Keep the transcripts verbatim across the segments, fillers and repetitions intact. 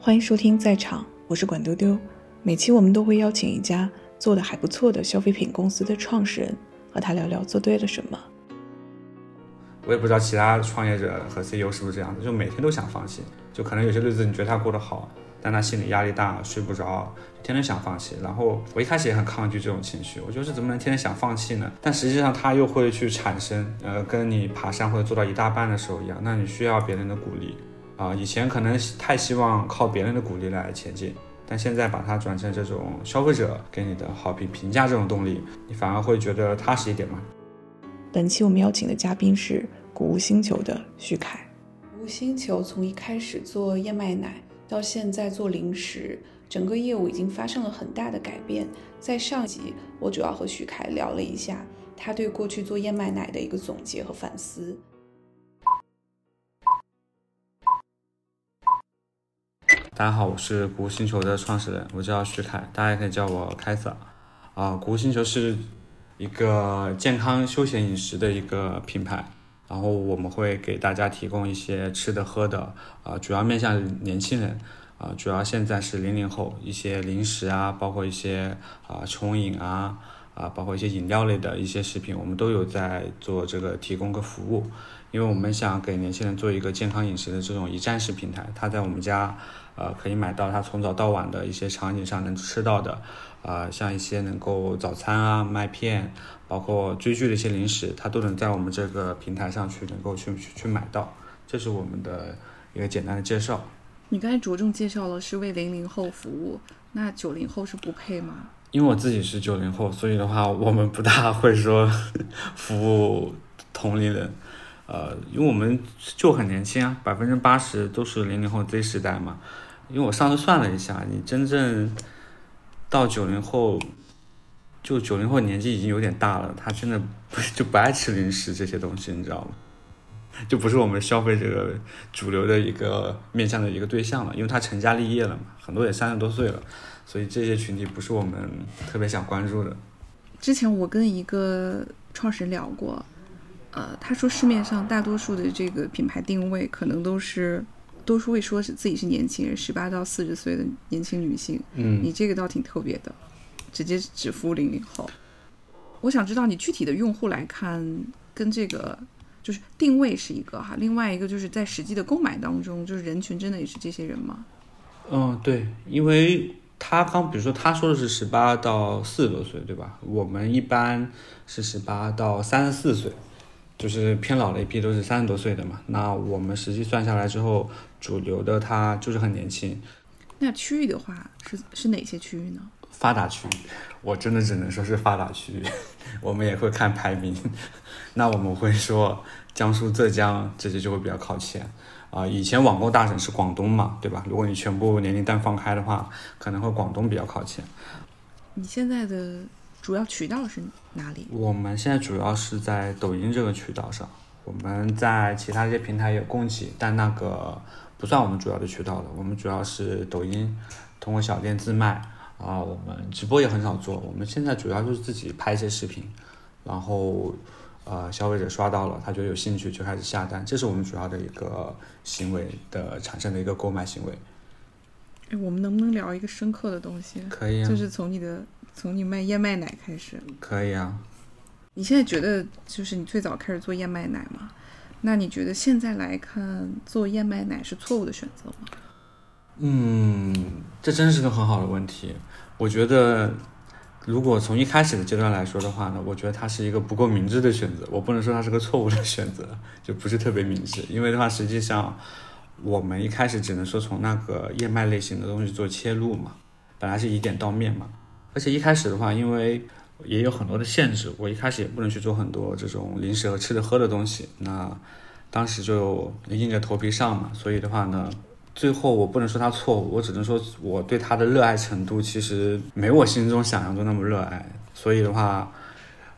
欢迎收听在场，我是管丢丢。每期我们都会邀请一家做得还不错的消费品公司的创始人，和他聊聊做对了什么。 我也不知道其他创业者和 C E O 是不是这样的，就每天都想放弃，就可能有些日子你觉得他过得好，但他心里压力大，睡不着，天天想放弃。然后我一开始也很抗拒这种情绪，我就是怎么能天天想放弃呢？但实际上他又会去产生，呃，跟你爬山或者做到一大半的时候一样，那你需要别人的鼓励啊、呃。以前可能太希望靠别人的鼓励来前进，但现在把它转成这种消费者给你的好评评价这种动力，你反而会觉得踏实一点嘛。 本期我们邀请的嘉宾是谷物星球的徐凯。谷物星球从一开始做燕麦奶到现在做零食，整个业务已经发生了很大的改变。在上集我主要和徐凯聊了一下他对过去做燕麦奶的一个总结和反思。 大家好，我是谷物星球的创始人，我叫徐凯，大家也可以叫我凯撒。啊，谷物星球是一个健康休闲饮食的一个品牌，然后我们会给大家提供一些吃的喝的，啊，主要面向年轻人，啊，主要现在是零零后，一些零食啊，包括一些啊冲饮啊，啊，包括一些饮料类的一些食品，我们都有在做这个提供个服务，因为我们想给年轻人做一个健康饮食的这种一站式平台，他在我们家呃可以买到他从早到晚的一些场景上能吃到的。啊、呃，像一些能够早餐啊、麦片，包括追剧的一些零食，它都能在我们这个平台上去能够去去去买到。这是我们的一个简单的介绍。 你刚才着重介绍了是为零零后服务，那九零后是不配吗？ 因为我自己是九零后，所以的话，我们不大会说服务同龄人。呃，因为我们就很年轻啊，百分之八十都是零零后 Z 时代嘛。因为我上次算了一下，你真正到九零后，就九零后年纪已经有点大了，他真的不就不爱吃零食这些东西，你知道吗？就不是我们消费这个主流的一个面向的一个对象了，因为他成家立业了嘛，很多也三十多岁了，所以这些群体不是我们特别想关注的。 之前我跟一个创始人聊过，呃，他说市面上大多数的这个品牌定位可能都是。都是会说是自己是年轻人，十八到四十岁的年轻女性。 嗯， 你这个倒挺特别的，直接只服务零零后。我想知道你具体的用户来看，跟这个就是定位是一个哈，另外一个就是在实际的购买当中，就是人群真的也是这些人吗？ 嗯，对，因为他刚比如说他说的是十八到四十多岁，对吧？我们一般是十八到三十四岁。就是偏老的一批都是三十多岁的嘛，那我们实际算下来之后，主流的它就是很年轻。 那区域的话是是哪些区域呢？ 发达区域，我真的只能说是发达区域。我们也会看排名，那我们会说江苏、浙江这些就会比较靠前啊、呃。以前网购大省是广东嘛，对吧？如果你全部年龄段放开的话，可能会广东比较靠前。 你现在的主要渠道是哪里？ 我们现在主要是在抖音这个渠道上，我们在其他这些平台也有供给，但那个不算我们主要的渠道了。我们主要是抖音，通过小店自卖啊，我们直播也很少做。我们现在主要就是自己拍一些视频，然后呃消费者刷到了，他觉得有兴趣就开始下单，这是我们主要的一个行为的产生的一个购买行为。 哎，我们能不能聊一个深刻的东西？ 可以啊， 就是从你的。从你卖燕麦奶开始。 可以啊。 你现在觉得就是你最早开始做燕麦奶吗？那你觉得现在来看做燕麦奶是错误的选择吗？ 嗯，这真是个很好的问题。我觉得如果从一开始的阶段来说的话呢，我觉得它是一个不够明智的选择，我不能说它是个错误的选择，就不是特别明智。因为的话实际上我们一开始只能说从那个燕麦类型的东西做切入嘛，本来是以点到面嘛。而且一开始的话，因为也有很多的限制，我一开始也不能去做很多这种零食和吃的喝的东西，那当时就硬着头皮上嘛，所以的话呢，最后我不能说它错误，我只能说我对它的热爱程度其实没我心中想象中那么热爱，所以的话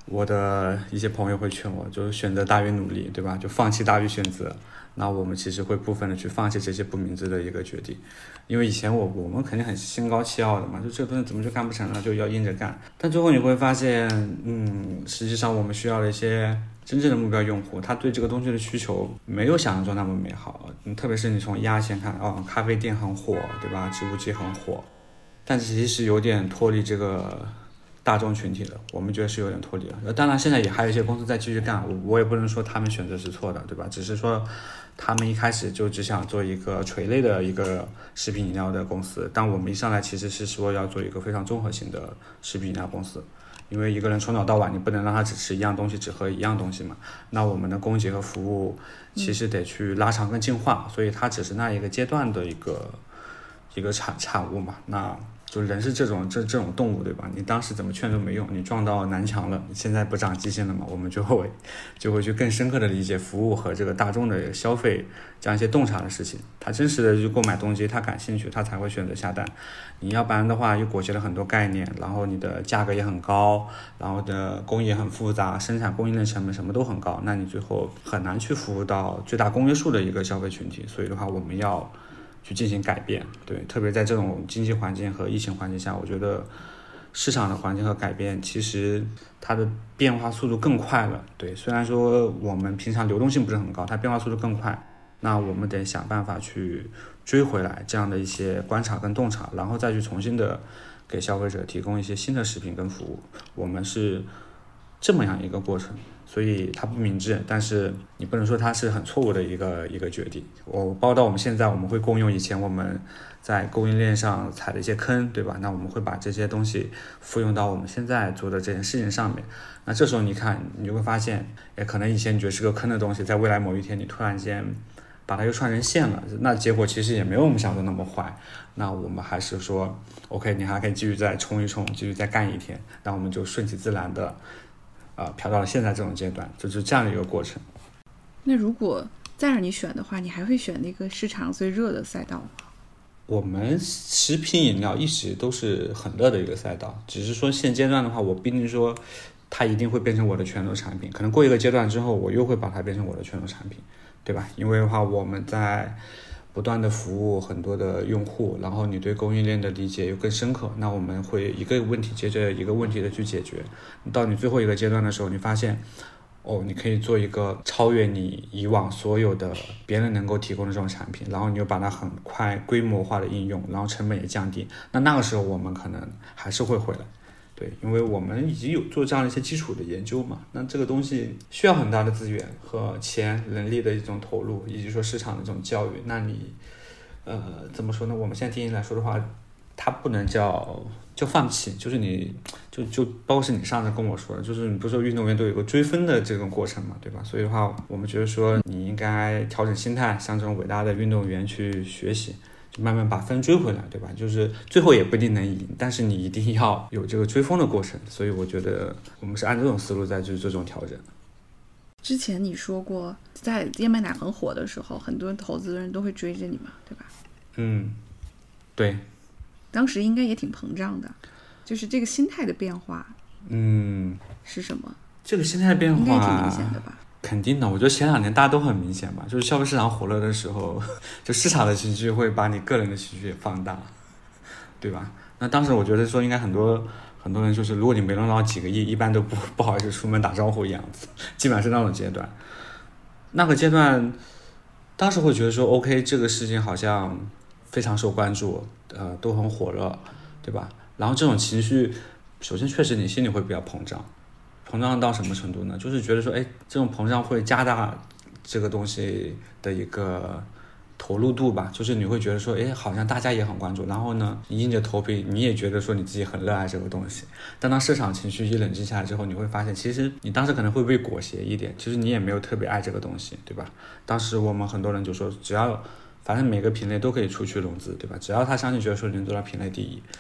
我的一些朋友会劝我，就是选择大于努力，对吧？就放弃大于选择。那我们其实会部分的去放弃这些不明智的一个决定，因为以前我我们肯定很心高气傲的嘛，就这个东西怎么就干不成了，就要硬着干。但最后你会发现，嗯，实际上我们需要的一些真正的目标用户，他对这个东西的需求没有想象中那么美好。嗯，特别是你从压线看，哦，咖啡店很火，对吧？织布机很火，但其实有点脱离这个大众群体的，我们觉得是有点脱离了。当然现在也还有一些公司在继续干，我我也不能说他们选择是错的，对吧？只是说他们一开始就只想做一个垂类的一个食品饮料的公司，但我们一上来其实是说要做一个非常综合性的食品饮料公司。因为一个人从早到晚你不能让他只吃一样东西，只喝一样东西嘛，那我们的供给和服务其实得去拉长跟进化，所以它只是那一个阶段的一个一个产产物嘛。那就人是这种这这种动物，对吧？你当时怎么劝都没用，你撞到南墙了，你现在不长记性了嘛？我们就会就会去更深刻的理解服务和这个大众的消费这样一些洞察的事情。他真实的就购买动机，他感兴趣，他才会选择下单。你要不然的话，又裹挟了很多概念，然后你的价格也很高，然后的工艺也很复杂，生产供应链成本什么都很高，那你最后很难去服务到最大公约数的一个消费群体。所以的话，我们要去进行改变，对，特别在这种经济环境和疫情环境下，我觉得市场的环境和改变其实它的变化速度更快了。对，虽然说我们平常流动性不是很高，它变化速度更快，那我们得想办法去追回来这样的一些观察跟洞察，然后再去重新的给消费者提供一些新的食品跟服务。我们是这么样一个过程，所以它不明智，但是你不能说它是很错误的一个一个决定。我包括到我们现在，我们会共用以前我们在供应链上踩的一些坑，对吧？那我们会把这些东西复用到我们现在做的这件事情上面。那这时候你看，你就会发现，也可能以前你觉得是个坑的东西，在未来某一天你突然间把它又串成线了，那结果其实也没有我们想的那么坏。那我们还是说 OK， 你还可以继续再冲一冲，继续再干一天，那我们就顺其自然的呃，调到了现在这种阶段，就是这样的一个过程。 那如果再让你选的话，你还会选那个市场最热的赛道吗？ 我们食品饮料一直都是很热的一个赛道，只是说现阶段的话，我毕竟说它一定会变成我的全流产品，可能过一个阶段之后，我又会把它变成我的全流产品，对吧？因为的话，我们在不断的服务很多的用户，然后你对供应链的理解又更深刻，那我们会一个问题接着一个问题的去解决。到你最后一个阶段的时候，你发现哦，你可以做一个超越你以往所有的别人能够提供的这种产品，然后你又把它很快规模化的应用，然后成本也降低，那那个时候我们可能还是会回来。对，因为我们已经有做这样的一些基础的研究嘛，那这个东西需要很大的资源和钱、人力的一种投入，以及说市场的这种教育。那你，呃，怎么说呢？我们现在定义来说的话，它不能叫叫放弃，就是你就就包括是你上次跟我说的，就是你不是说运动员都有个追分的这种过程嘛，对吧？所以的话，我们觉得说你应该调整心态，向这种伟大的运动员去学习。慢慢把分追回来，对吧？就是最后也不一定能赢，但是你一定要有这个追风的过程。所以我觉得我们是按这种思路在去做这种调整。 之前你说过，在燕麦奶很火的时候，很多投资人都会追着你嘛，对吧？ 嗯，对。 当时应该也挺膨胀的，就是这个心态的变化， 嗯， 是什么？ 这个心态的变化应该挺明显的吧？ 肯定的，我觉得前两年大家都很明显嘛，就是消费市场火热的时候，就市场的情绪会把你个人的情绪也放大，对吧？那当时我觉得说应该很多很多人就是，如果你没弄到几个亿，一般都不不好意思出门打招呼一样子，基本上是那种阶段。那个阶段，当时会觉得说 OK， 这个事情好像非常受关注，呃，都很火热，对吧？然后这种情绪，首先确实你心里会比较膨胀。膨胀到什么程度呢？就是觉得说，哎，这种膨胀会加大这个东西的一个投入度吧。就是你会觉得说，哎，好像大家也很关注，然后呢，你硬着头皮，你也觉得说你自己很热爱这个东西。但当市场情绪一冷静下来之后，你会发现，其实你当时可能会被裹挟一点，其实你也没有特别爱这个东西，对吧？当时我们很多人就说，只要反正每个品类都可以出去融资，对吧？只要他相信觉得说能做到品类第一。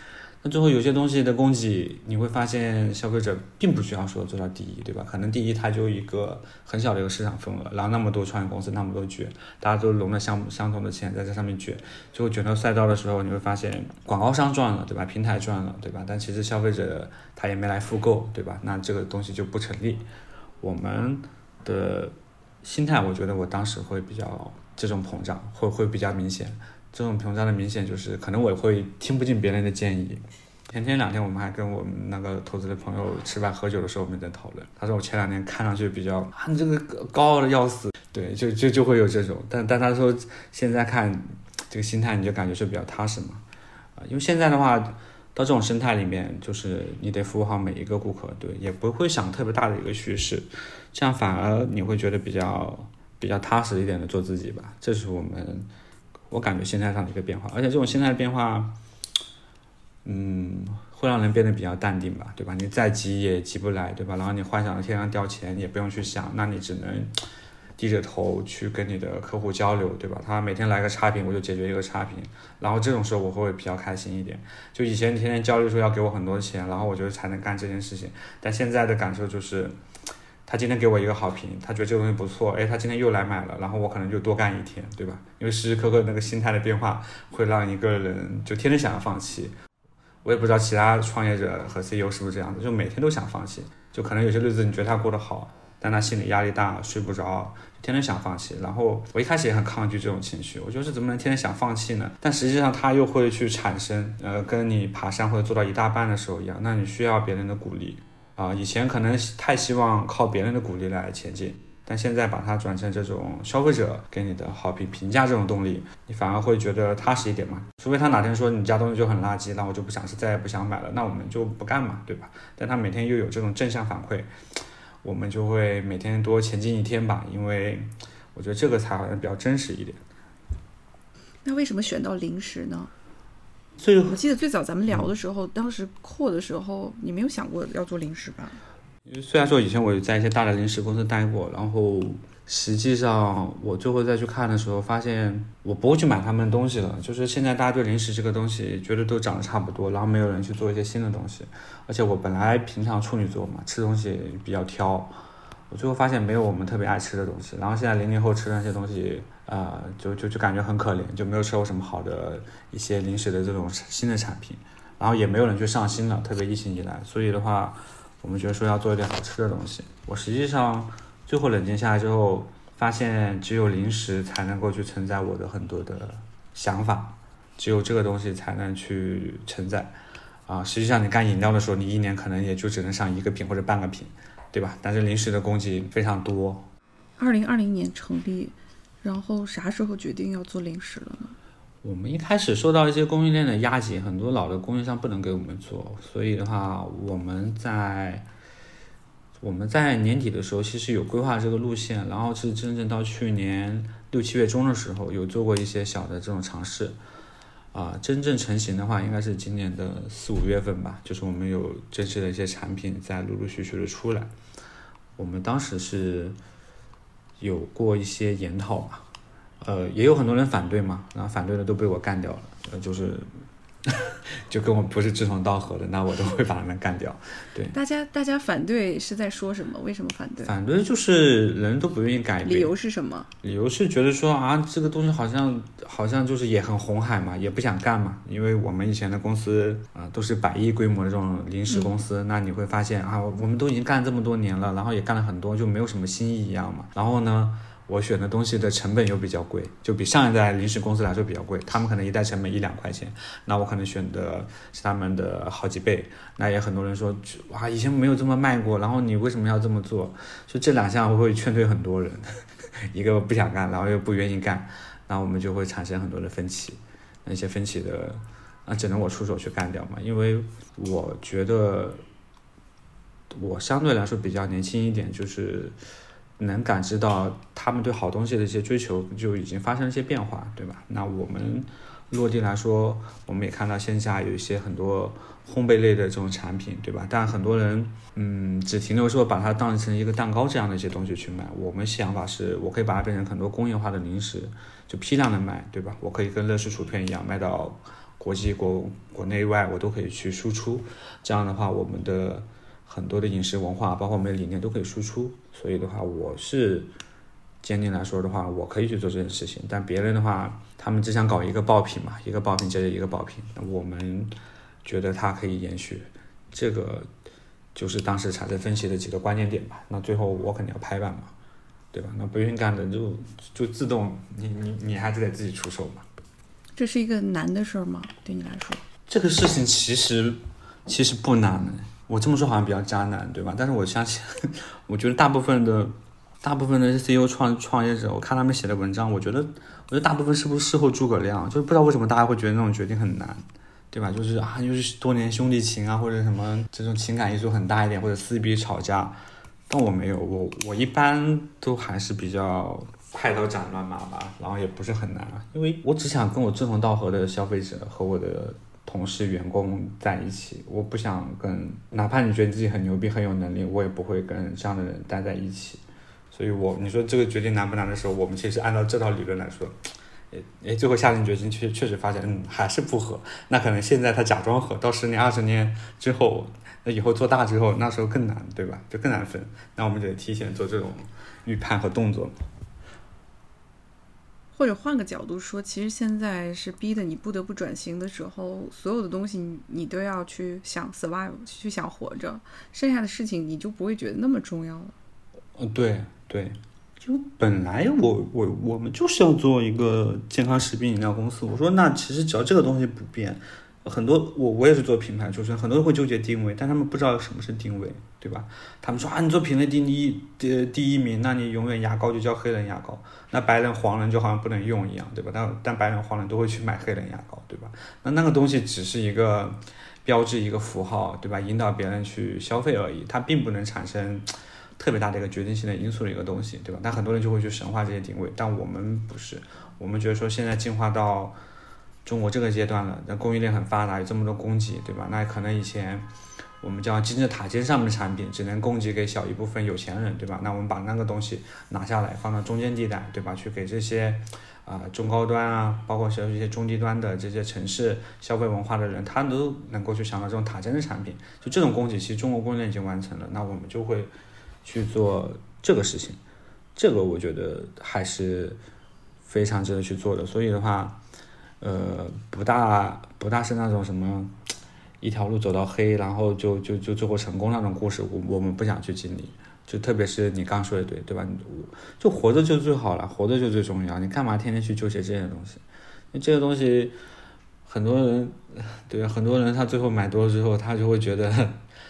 那最后有些东西的供给，你会发现消费者并不需要说做到第一，对吧？可能第一它就一个很小的一个市场份额，然后那么多创业公司那么多卷，大家都融了相相同的钱在这上面卷，最后卷到赛道的时候，你会发现广告商赚了，对吧？平台赚了，对吧？但其实消费者他也没来复购，对吧？那这个东西就不成立。我们的心态，我觉得我当时会比较这种膨胀，会会比较明显。这种膨胀的明显就是可能我会听不进别人的建议。前天两天我们还跟我们那个投资的朋友吃饭喝酒的时候，我们在讨论。他说我前两年看上去比较啊，你这个高傲的要死，对，就就就会有这种。但但他说现在看这个心态，你就感觉是比较踏实嘛。啊，因为现在的话，到这种生态里面，就是你得服务好每一个顾客，对，也不会想特别大的一个叙事，这样反而你会觉得比较比较踏实一点的做自己吧。这是我们。我感觉心态上的一个变化，而且这种心态的变化，嗯，会让人变得比较淡定吧，对吧？你再急也急不来，对吧？然后你幻想着天上掉钱，也不用去想，那你只能低着头去跟你的客户交流，对吧？他每天来个差评，我就解决一个差评，然后这种时候我会比较开心一点。就以前天天焦虑说要给我很多钱，然后我觉得才能干这件事情，但现在的感受就是。他今天给我一个好评，他觉得这个东西不错，哎，他今天又来买了，然后我可能就多干一天，对吧？因为时时刻刻那个心态的变化，会让一个人就天天想要放弃。我也不知道其他创业者和 C E O 是不是这样的，就每天都想放弃，就可能有些日子你觉得他过得好，但他心理压力大，睡不着，天天想放弃。然后我一开始也很抗拒这种情绪，我觉得是怎么能天天想放弃呢？但实际上他又会去产生，呃，跟你爬山或者做到一大半的时候一样，那你需要别人的鼓励。啊，以前可能太希望靠别人的鼓励来前进，但现在把它转成这种消费者给你的好评评价这种动力，你反而会觉得踏实一点嘛。除非他哪天说你家东西就很垃圾，那我就不想吃，再也不想买了，那我们就不干嘛，对吧？但他每天又有这种正向反馈，我们就会每天多前进一天吧，因为我觉得这个才好像比较真实一点。 那为什么选到零食呢？ 最我记得最早咱们聊的时候，嗯、当时扩的时候，你没有想过要做零食吧？ 虽然说以前我有在一些大的零食公司待过，然后实际上我最后再去看的时候，发现我不会去买他们的东西了。就是现在大家对零食这个东西觉得都长得差不多，然后没有人去做一些新的东西。而且我本来平常处女座嘛，吃东西比较挑，我最后发现没有我们特别爱吃的东西。然后现在零零后吃的那些东西。呃，就就就感觉很可怜，就没有吃过什么好的一些零食的这种新的产品，然后也没有人去上新了，特别疫情以来，所以的话，我们觉得说要做一点好吃的东西。我实际上最后冷静下来之后，发现只有零食才能够去承载我的很多的想法，只有这个东西才能去承载。啊、呃，实际上你干饮料的时候，你一年可能也就只能上一个品或者半个品，对吧？但是零食的供给非常多。 二零二零年成立。然后啥时候决定要做零食了呢？ 我们一开始受到一些供应链的压挤，很多老的供应商不能给我们做，所以的话，我们在我们在年底的时候其实有规划这个路线，然后是真正到去年六七月中的时候有做过一些小的这种尝试，啊、呃，真正成型的话应该是今年的四五月份吧，就是我们有正式的一些产品在陆陆续续的出来，我们当时是。有过一些研讨嘛，呃，也有很多人反对嘛，然后反对的都被我干掉了，呃，就是就跟我不是志同道合的，那我都会把他们干掉。对， 大家大家反对是在说什么？为什么反对？ 反对就是人都不愿意改变。 理由是什么？ 理由是觉得说啊，这个东西好像好像就是也很红海嘛，也不想干嘛，因为我们以前的公司啊、呃、都是百亿规模的这种零食公司、嗯，那你会发现啊，我们都已经干这么多年了，然后也干了很多，就没有什么新意一样嘛。然后呢？我选的东西的成本又比较贵，就比上一代零食公司来说比较贵，他们可能一袋成本一两块钱，那我可能选的是他们的好几倍。那也很多人说，哇，以前没有这么卖过，然后你为什么要这么做？就这两项会劝退很多人，一个不想干，然后又不愿意干，那我们就会产生很多的分歧。那些分歧的，那只能我出手去干掉嘛，因为我觉得我相对来说比较年轻一点，就是能感知到他们对好东西的一些追求就已经发生了一些变化，对吧？那我们落地来说，我们也看到线下有一些很多烘焙类的这种产品，对吧？但很多人嗯只停留说把它当成一个蛋糕这样的一些东西去卖。我们想法是我可以把它变成很多工业化的零食，就批量的卖，对吧？我可以跟乐事薯片一样卖到国际国国内外我都可以去输出，这样的话我们的很多的饮食文化包括我们的理念都可以输出。所以的话我是坚定来说的话，我可以去做这件事情，但别人的话他们只想搞一个爆品嘛，一个爆品接着一个爆品，那我们觉得它可以延续，这个就是当时产生分析的几个关键点吧。那最后我肯定要拍板嘛，对吧？那不愿意干的就就自动你你你还是得自己出手嘛。 这是一个难的事儿吗？对你来说？ 这个事情其实其实不难，我这么说好像比较渣男，对吧？但是我相信，我觉得大部分的大部分的 C E O 创创业者，我看他们写的文章，我觉得我觉得大部分是不是事后诸葛亮？就是不知道为什么大家会觉得那种决定很难，对吧？就是啊，又是多年兄弟情啊，或者什么这种情感因素很大一点，或者撕逼吵架。但我没有，我我一般都还是比较快刀斩乱麻吧，然后也不是很难，因为我只想跟我志同道合的消费者和我的同事员工在一起，我不想跟哪怕你觉得自己很牛逼很有能力，我也不会跟这样的人待在一起。所以我你说这个决定难不难的时候，我们其实按照这套理论来说，诶，最后下定决心确确实发现嗯还是不合，那可能现在他假装合，到十年二十年之后，那以后做大之后，那时候更难，对吧？就更难分，那我们就得提前做这种预判和动作。 或者换个角度说，其实现在是逼得你不得不转型的时候，所有的东西 你, 你都要去想 survive， 去想活着，剩下的事情你就不会觉得那么重要了。 嗯，对对，就本来我我我们就是要做一个健康食品饮料公司，我说那其实只要这个东西不变，很多我我也是做品牌出身，很多人会纠结定位，但他们不知道什么是定位，对吧？他们说啊，你做品类第一第第一名，那你永远牙膏就叫黑人牙膏，那白人黄人就好像不能用一样，对吧？但但白人黄人都会去买黑人牙膏，对吧？那那个东西只是一个标志，一个符号，对吧？引导别人去消费而已，它并不能产生特别大的一个决定性的因素的一个东西，对吧？但很多人就会去神化这些定位，但我们不是，我们觉得说现在进化到中国这个阶段了，那供应链很发达，有这么多供给，对吧？那可能以前我们叫金字塔尖上面的产品只能供给给小一部分有钱人，对吧？那我们把那个东西拿下来放到中间地带，对吧？去给这些啊、呃、中高端啊，包括一些中低端的这些城市消费文化的人，他都能够去想到这种塔尖的产品，就这种供给其实中国供应链已经完成了，那我们就会去做这个事情，这个我觉得还是非常值得去做的。所以的话呃，不大不大是那种什么一条路走到黑，然后就就就最后成功那种故事，我我们不想去经历。就特别是你刚说的对，对吧？就活着就最好了，活着就最重要。你干嘛天天去纠结这些东西？因为这个东西，很多人，对，很多人他最后买多了之后，他就会觉得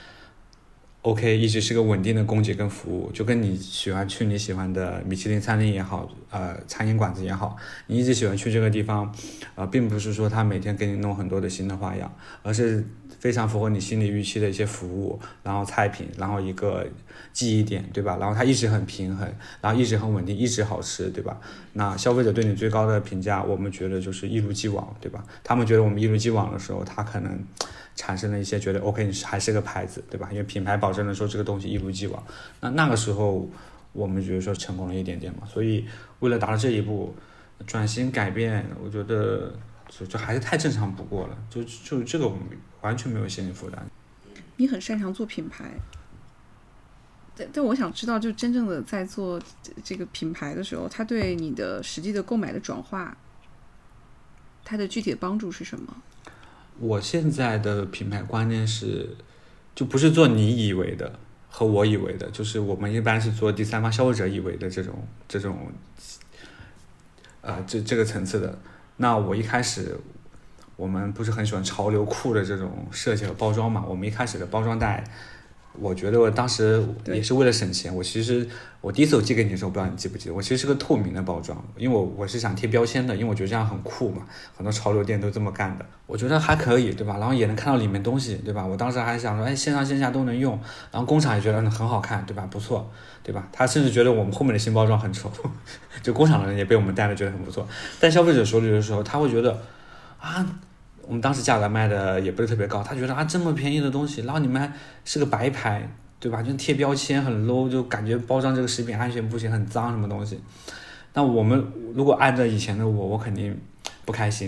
，OK， 一直是个稳定的供给跟服务，就跟你喜欢去你喜欢的米其林餐厅也好，呃，餐饮馆子也好，你一直喜欢去这个地方，呃，并不是说他每天给你弄很多的新的花样，而是非常符合你心理预期的一些服务，然后菜品，然后一个记忆点，对吧？然后它一直很平衡，然后一直很稳定，一直好吃，对吧？那消费者对你最高的评价，我们觉得就是一如既往，对吧？他们觉得我们一如既往的时候，他可能产生了一些觉得 OK， 你还是个牌子，对吧？因为品牌保证了说这个东西一如既往，那那个时候我们觉得说成功了一点点嘛。所以为了达到这一步，转型改变，我觉得就就还是太正常不过了，就就这个我们完全没有心理负担。 你很擅长做品牌，但但我想知道，就真正的在做这个品牌的时候，它对你的实际的购买的转化，它的具体的帮助是什么？ 我现在的品牌观念是，就不是做你以为的和我以为的，就是我们一般是做第三方消费者以为的这种这种，呃，这这个层次的。那我一开始，我们不是很喜欢潮流酷的这种设计和包装嘛？我们一开始的包装袋，我觉得我当时也是为了省钱。我其实我第一次我寄给你的时候，不知道你记不记得，我其实是个透明的包装，因为我我是想贴标签的，因为我觉得这样很酷嘛，很多潮流店都这么干的，我觉得还可以，对吧？然后也能看到里面东西，对吧？我当时还想说，哎，线上线下都能用，然后工厂也觉得很好看，对吧？不错，对吧？他甚至觉得我们后面的新包装很丑，就工厂的人也被我们带的觉得很不错，但消费者手里的时候，他会觉得啊。我们当时价格卖的也不是特别高，他觉得啊这么便宜的东西，然后你们还是个白牌，对吧？就贴标签很 low， 就感觉包装这个食品安全不行，很脏什么东西。那我们如果按照以前的我，我肯定不开心，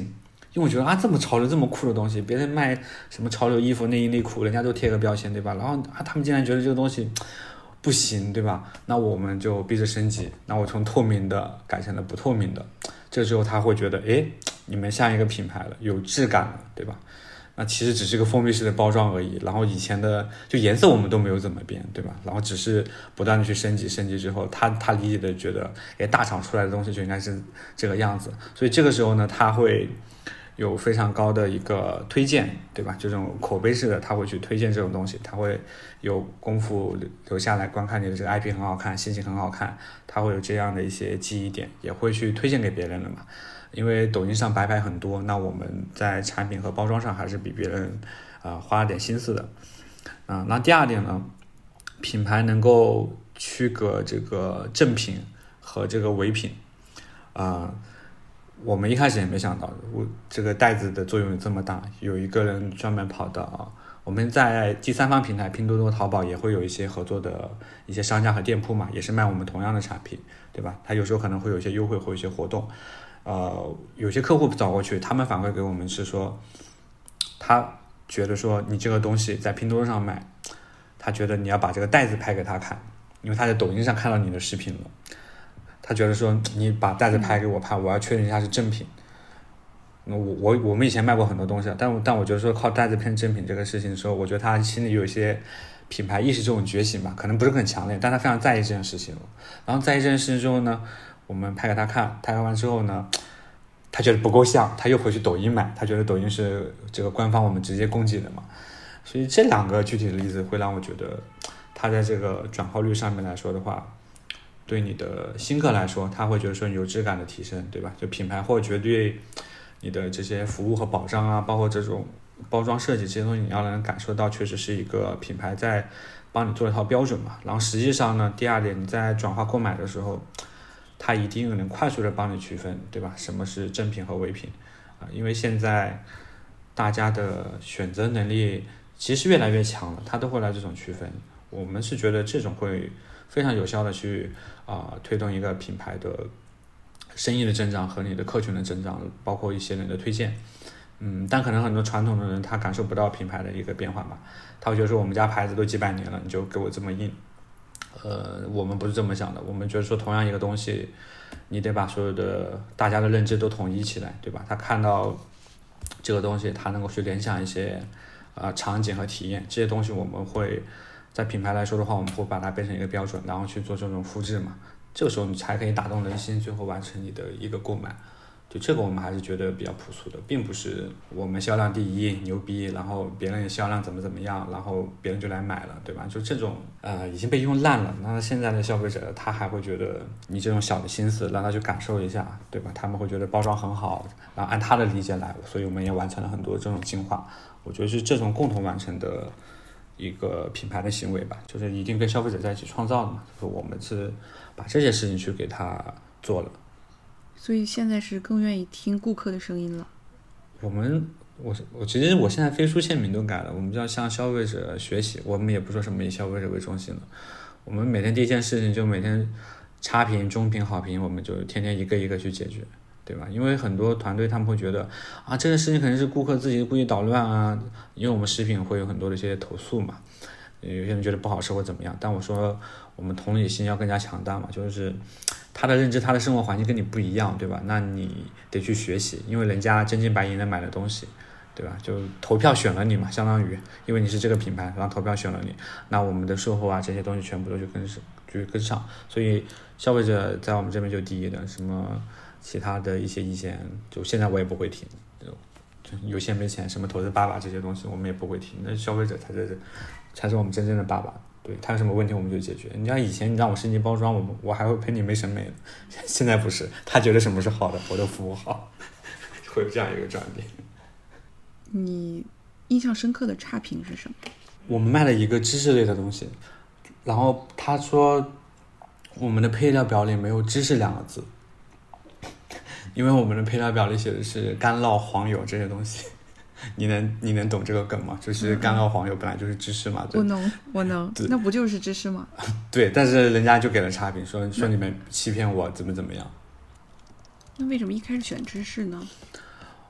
因为我觉得啊，这么潮流这么酷的东西，别人卖什么潮流衣服内衣内裤人家都贴个标签对吧，然后啊他们竟然觉得这个东西不行对吧，那我们就逼着升级，那我从透明的改成了不透明的，这时候他会觉得诶你们像一个品牌了，有质感了对吧，那其实只是个封闭式的包装而已，然后以前的就颜色我们都没有怎么变对吧，然后只是不断的去升级，升级之后他他理解的觉得诶大厂出来的东西就应该是这个样子，所以这个时候呢他会有非常高的一个推荐对吧，这种口碑式的他会去推荐这种东西，他会有功夫留下来观看你的这个 I P 很好看，心情很好看，他会有这样的一些记忆点，也会去推荐给别人了嘛，因为抖音上白牌很多，那我们在产品和包装上还是比别人呃花了点心思的啊、呃。那第二点呢，品牌能够区隔这个正品和这个伪品啊、呃，我们一开始也没想到我这个袋子的作用有这么大，有一个人专门跑到我们在第三方平台拼多多淘宝也会有一些合作的一些商家和店铺嘛，也是卖我们同样的产品对吧，他有时候可能会有一些优惠或有一些活动，呃，有些客户找过去，他们反馈给我们是说，他觉得说你这个东西在拼多多上卖，他觉得你要把这个袋子拍给他看，因为他在抖音上看到你的视频了，他觉得说你把袋子拍给我看，我要确认一下是正品。我我我们以前卖过很多东西，但但我觉得说靠袋子骗正品这个事情的时候，我觉得他心里有一些品牌意识这种觉醒吧，可能不是很强烈，但他非常在意这件事情。然后在意这件事情之后呢，我们拍给他看，拍完之后呢，他觉得不够像，他又回去抖音买，他觉得抖音是这个官方我们直接供给的嘛，所以这两个具体的例子会让我觉得，他在这个转化率上面来说的话，对你的新客来说，他会觉得说有质感的提升，对吧？就品牌或绝对你的这些服务和保障啊，包括这种包装设计这些东西，你要能感受到确实是一个品牌在帮你做一套标准嘛。然后实际上呢，第二点，你在转化购买的时候，它一定能快速的帮你区分，对吧？什么是正品和伪品啊？因为现在大家的选择能力其实越来越强了，它都会来这种区分。我们是觉得这种会非常有效的去啊、呃、推动一个品牌的生意的增长和你的客群的增长，包括一些人的推荐。嗯，但可能很多传统的人他感受不到品牌的一个变化嘛，他会觉得说我们家牌子都几百年了，你就给我这么硬。呃，我们不是这么想的，我们觉得说同样一个东西，你得把所有的大家的认知都统一起来，对吧？他看到这个东西，他能够去联想一些啊、呃、场景和体验，这些东西我们会在品牌来说的话，我们会把它变成一个标准，然后去做这种复制嘛。这个时候你才可以打动人心，最后完成你的一个购买。就这个我们还是觉得比较朴素的，并不是我们销量第一牛逼，然后别人销量怎么怎么样，然后别人就来买了，对吧？就这种呃已经被用烂了，那现在的消费者他还会觉得你这种小的心思让他去感受一下，对吧？他们会觉得包装很好，然后按他的理解来，所以我们也完成了很多这种进化。我觉得是这种共同完成的一个品牌的行为吧，就是一定跟消费者在一起创造的嘛，就是我们是把这些事情去给他做了。 所以现在是更愿意听顾客的声音了。 我们我我其实我现在飞书签名都改了，我们就要向消费者学习，我们也不说什么以消费者为中心了，我们每天第一件事情就每天差评、中评、好评，我们就天天一个一个去解决，对吧？因为很多团队他们会觉得啊，这个事情可能是顾客自己故意捣乱啊，因为我们食品会有很多的一些投诉嘛，有些人觉得不好吃或怎么样，但我说我们同理心要更加强大嘛，就是他的认知他的生活环境跟你不一样，对吧？那你得去学习，因为人家真金白银的买的东西，对吧？就投票选了你嘛，相当于因为你是这个品牌，然后投票选了你，那我们的售后啊这些东西全部都去跟上去跟上，所以消费者在我们这边就第一的，什么其他的一些意见就现在我也不会听，有钱没钱什么投资爸爸这些东西我们也不会听，那消费者才是才是我们真正的爸爸，对，他有什么问题我们就解决。你像以前你让我升级包装，我我还会陪你没审美的，现在不是，他觉得什么是好的我都服务好，会有这样一个转变。 你印象深刻的差评是什么？ 我们卖了一个知识类的东西，然后他说我们的配料表里没有知识两个字，因为我们的配料表里写的是干酪、黄油这些东西，你能你能懂这个梗吗？就是干酪、黄油本来就是芝士嘛。 我能，我能，那不就是芝士吗？ 对，但是人家就给了差评，说说你们欺骗我，怎么怎么样。 那为什么一开始选芝士呢？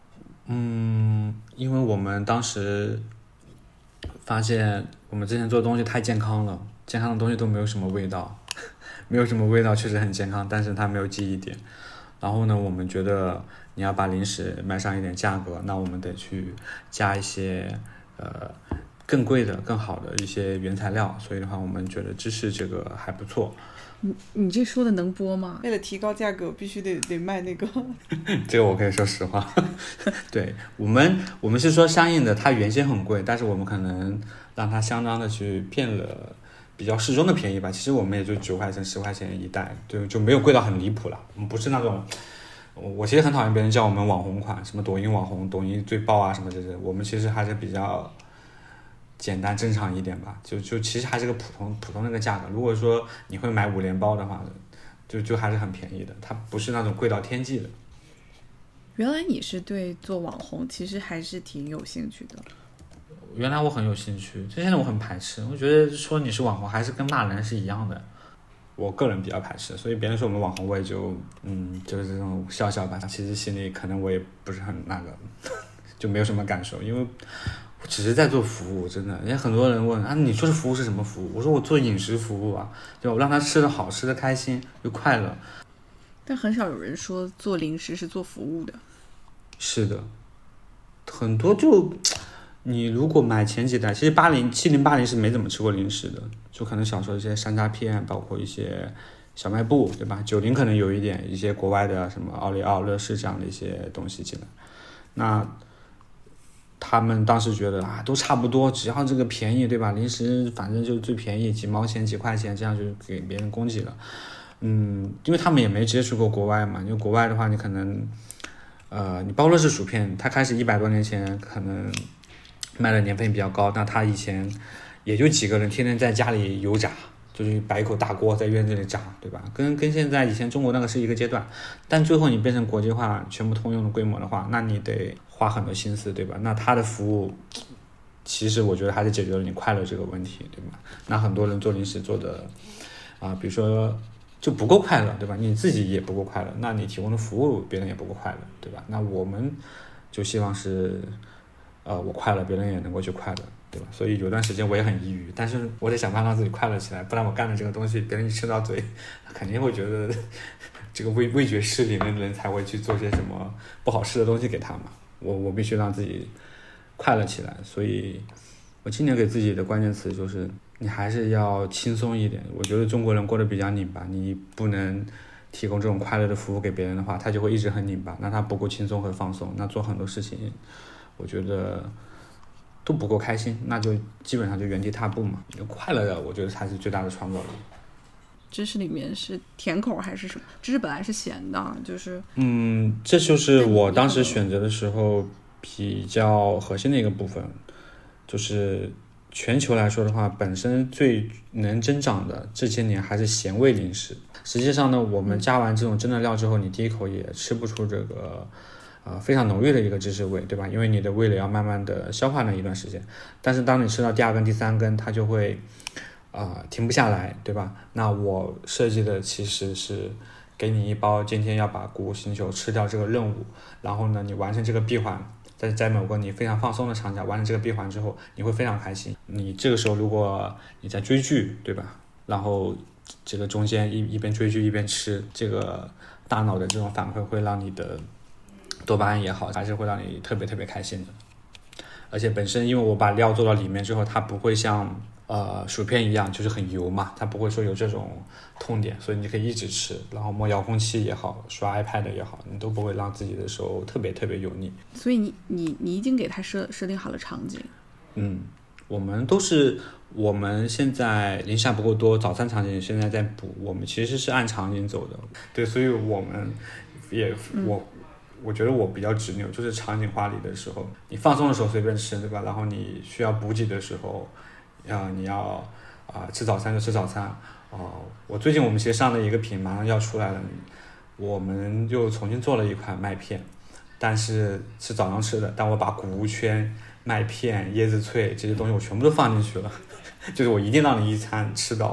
嗯，因为我们当时发现我们之前做的东西太健康了，健康的东西都没有什么味道，没有什么味道确实很健康，但是它没有记忆点。然后呢，我们觉得你要把零食卖上一点价格，那我们得去加一些呃更贵的、更好的一些原材料。所以的话，我们觉得芝士这个还不错。 你你这说的能播吗？为了提高价格，必须得得卖那个。 这个我可以说实话，对我们我们是说相应的，它原先很贵，但是我们可能让它相当的去变了比较适中的便宜吧。其实我们也就九块钱、十块钱一袋，就就没有贵到很离谱了。我们不是那种，我其实很讨厌别人叫我们网红款，什么抖音网红、抖音最爆啊什么这些，我们其实还是比较简单正常一点吧，就就其实还是个普通普通那个价格。如果说你会买五连包的话，就就还是很便宜的，它不是那种贵到天际的。 原来你是对做网红其实还是挺有兴趣的。 原来我很有兴趣，就现在我很排斥，我觉得说你是网红还是跟骂人是一样的，我个人比较排斥，所以别人说我们网红我也就嗯就是这种笑笑吧，其实心里可能我也不是很那个，就没有什么感受，因为我只是在做服务，真的。人家很多人问啊，你说是服务是什么服务？我说我做饮食服务啊，就我让他吃的好，吃的开心又快乐。 但很少有人说做零食是做服务的。 是的，很多就你如果买前几代，其实八零七零八零是没怎么吃过零食的，就可能小时候一些山楂片，包括一些小卖部，对吧？九零可能有一点一些国外的什么奥利奥、乐事这样的一些东西进来，那他们当时觉得啊，都差不多，只要这个便宜，对吧？零食反正就最便宜，几毛钱、几块钱，这样就给别人供给了。嗯，因为他们也没接触过国外嘛，因为国外的话，你可能，呃，你包乐士薯片，它开始一百多年前可能卖的年份比较高，那他以前也就几个人天天在家里油炸，就是摆一口大锅在院子里炸，对吧？跟跟现在以前中国那个是一个阶段，但最后你变成国际化、全部通用的规模的话，那你得花很多心思，对吧？那他的服务，其实我觉得还是解决了你快乐这个问题，对吧？那很多人做零食做的啊、呃，比如说就不够快乐，对吧？你自己也不够快乐，那你提供的服务别人也不够快乐，对吧？那我们就希望是，呃，我快乐，别人也能够去快乐，对吧？所以有段时间我也很抑郁，但是我得想办法让自己快乐起来，不然我干的这个东西，别人一吃到嘴，肯定会觉得这个味味觉失灵的人才会去做些什么不好吃的东西给他嘛。我我必须让自己快乐起来，所以我今年给自己的关键词就是你还是要轻松一点。我觉得中国人过得比较拧巴，你不能提供这种快乐的服务给别人的话，他就会一直很拧巴，那他不够轻松和放松，那做很多事情我觉得都不够开心，那就基本上就原地踏步嘛。快乐的我觉得才是最大的创造力。 芝士里面是甜口还是什么？芝士本来是咸的，就是嗯，这就是我当时选择的时候比较核心的一个部分，就是全球来说的话，本身最能增长的这些年还是咸味零食。实际上呢，我们加完这种真的料之后，你第一口也吃不出这个呃非常浓郁的一个芝士味，对吧？因为你的味蕾要慢慢的消化那一段时间。但是当你吃到第二根、第三根，它就会啊、呃、停不下来，对吧？那我设计的其实是给你一包今天要把谷物星球吃掉这个任务，然后呢，你完成这个闭环。在在某个你非常放松的场景完成这个闭环之后，你会非常开心。你这个时候如果你在追剧，对吧？然后这个中间一一边追剧一边吃，这个大脑的这种反馈会让你的多巴胺也好，还是会让你特别特别开心的。而且本身因为我把料做到里面之后，它不会像呃薯片一样就是很油嘛，它不会说有这种痛点，所以你可以一直吃，然后摸遥控器也好，刷 iPad 也好，你都不会让自己的手特别特别油腻。 所以你你你已经给它设设定好了场景。 嗯，我们都是我们现在零下不够多，早餐场景现在在补，我们其实是按场景走的。对，所以我们也我。嗯我觉得我比较执拗，就是场景化里的时候，你放松的时候随便吃，对吧？然后你需要补给的时候，啊，你要啊、呃、吃早餐就吃早餐。哦、呃，我最近我们其实上的一个品马上要出来了，我们又重新做了一款麦片，但是是早上吃的，但我把谷物圈、麦片、椰子脆这些东西我全部都放进去了，就是我一定让你一餐吃到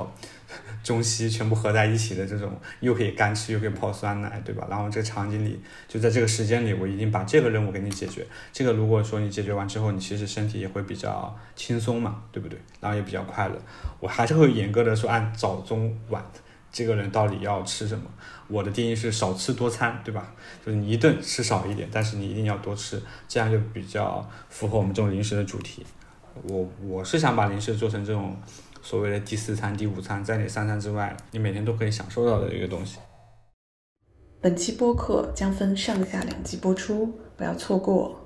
中西全部合在一起的这种，又可以干吃又可以泡酸奶，对吧？然后这个场景里，就在这个时间里，我一定把这个任务给你解决。这个如果说你解决完之后，你其实身体也会比较轻松嘛，对不对？然后也比较快乐。我还是会严格的说按早中晚这个人到底要吃什么。我的定义是少吃多餐，对吧？就是你一顿吃少一点，但是你一定要多吃，这样就比较符合我们这种零食的主题。我我是想把零食做成这种所谓的第四餐、第五餐，在你三餐之外，你每天都可以享受到的一个东西。 本期播客将分上下两集播出，不要错过。